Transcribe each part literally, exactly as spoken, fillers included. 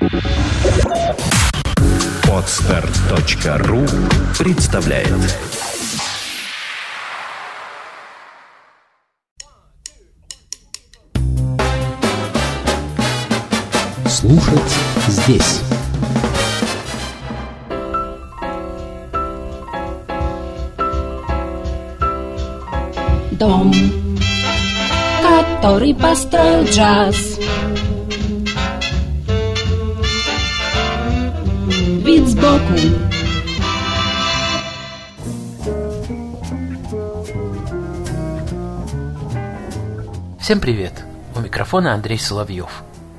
Подстер точка ру представляет. Слушать здесь. Дом, который построил джаз. Вид сбоку. Всем привет! У микрофона Андрей Соловьев.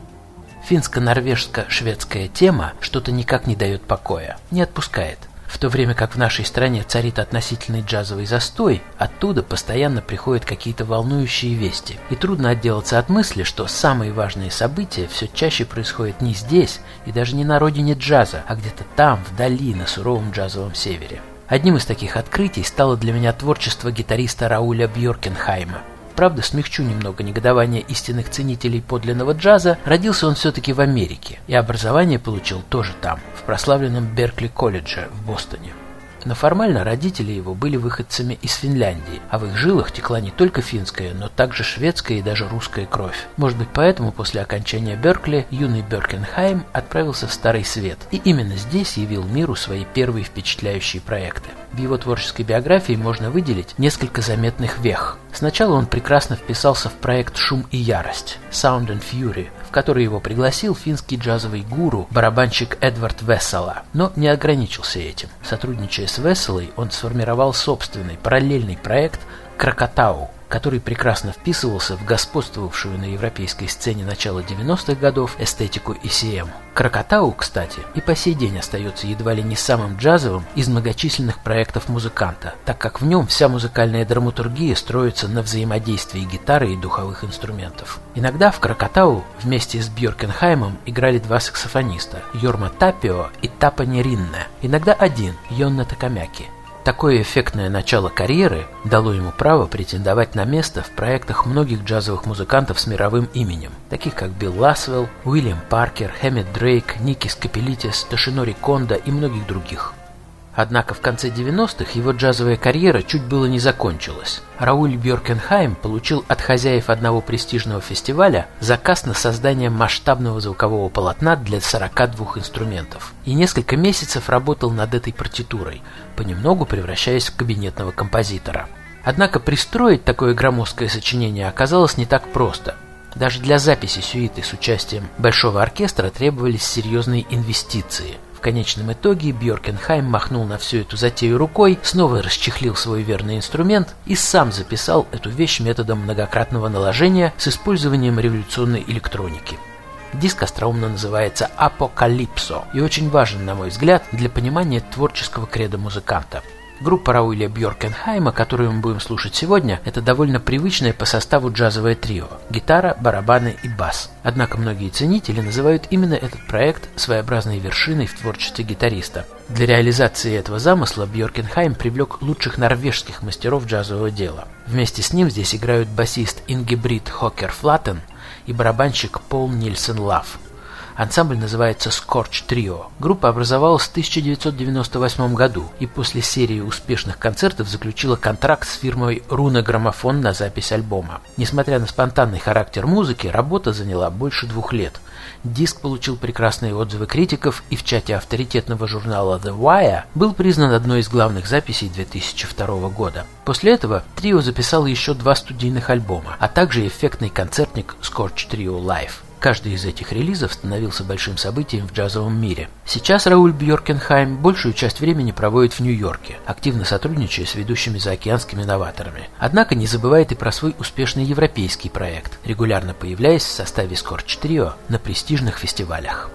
Финско-норвежско-шведская тема что-то никак не дает покоя, не отпускает. В то время как в нашей стране царит относительный джазовый застой, оттуда постоянно приходят какие-то волнующие вести. И трудно отделаться от мысли, что самые важные события все чаще происходят не здесь и даже не на родине джаза, а где-то там, вдали, на суровом джазовом севере. Одним из таких открытий стало для меня творчество гитариста Рауля Бьоркенхайма. Правда, смягчу немного негодование истинных ценителей подлинного джаза, родился он все-таки в Америке, и образование получил тоже там, в прославленном Беркли-колледже в Бостоне. Но формально родители его были выходцами из Финляндии, а в их жилах текла не только финская, но также шведская и даже русская кровь. Может быть, поэтому после окончания Беркли юный Бьоркенхайм отправился в Старый Свет, и именно здесь явил миру свои первые впечатляющие проекты. В его творческой биографии можно выделить несколько заметных вех. Сначала он прекрасно вписался в проект «Шум и ярость» (Sound and Fury), в который его пригласил финский джазовый гуру, барабанщик Эдвард Весела, но не ограничился этим. Сотрудничая с Веселой, он сформировал собственный параллельный проект «Кракатау», который прекрасно вписывался в господствовавшую на европейской сцене начала девяностых годов эстетику и си эм. Кракатау, кстати, и по сей день остается едва ли не самым джазовым из многочисленных проектов музыканта, так как в нем вся музыкальная драматургия строится на взаимодействии гитары и духовых инструментов. Иногда в Кракатау вместе с Бьоркенхаймом играли два саксофониста – Йорма Тапио и Тапани Ринне, иногда один – Йонна Такамяки. Такое эффектное начало карьеры дало ему право претендовать на место в проектах многих джазовых музыкантов с мировым именем, таких как Билл Ласвелл, Уильям Паркер, Хэммет Дрейк, Ники Скопелитис, Тошинори Кондо и многих других. Однако в конце девяностых его джазовая карьера чуть было не закончилась. Рауль Бьоркенхайм получил от хозяев одного престижного фестиваля заказ на создание масштабного звукового полотна для сорока двух инструментов. И несколько месяцев работал над этой партитурой, понемногу превращаясь в кабинетного композитора. Однако пристроить такое громоздкое сочинение оказалось не так просто. Даже для записи сюиты с участием большого оркестра требовались серьезные инвестиции. В конечном итоге Бьоркенхайм махнул на всю эту затею рукой, снова расчехлил свой верный инструмент и сам записал эту вещь методом многократного наложения с использованием революционной электроники. Диск остроумно называется «Апокалипсо» и очень важен, на мой взгляд, для понимания творческого кредо музыканта. Группа Рауля Бьоркенхайма, которую мы будем слушать сегодня, это довольно привычное по составу джазовое трио – гитара, барабаны и бас. Однако многие ценители называют именно этот проект своеобразной вершиной в творчестве гитариста. Для реализации этого замысла Бьоркенхайм привлек лучших норвежских мастеров джазового дела. Вместе с ним здесь играют басист Ингебрид Хокер Флаттен и барабанщик Пол Нильсен Лав. Ансамбль называется Scorch Trio. Группа образовалась в тысяча девятьсот девяносто восьмом году и после серии успешных концертов заключила контракт с фирмой Руна Граммофон на запись альбома. Несмотря на спонтанный характер музыки, работа заняла больше двух лет. Диск получил прекрасные отзывы критиков и в чате авторитетного журнала The Wire был признан одной из главных записей две тысячи второго года. После этого трио записало еще два студийных альбома, а также эффектный концертник Scorch Trio Live. Каждый из этих релизов становился большим событием в джазовом мире. Сейчас Рауль Бьоркенхайм большую часть времени проводит в Нью-Йорке, активно сотрудничая с ведущими заокеанскими новаторами. Однако не забывает и про свой успешный европейский проект, регулярно появляясь в составе Scorch Trio на престижных фестивалях.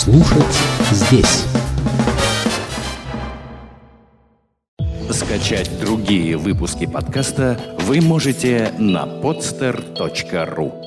Слушать здесь. Скачать другие выпуски подкаста вы можете на podster точка ру.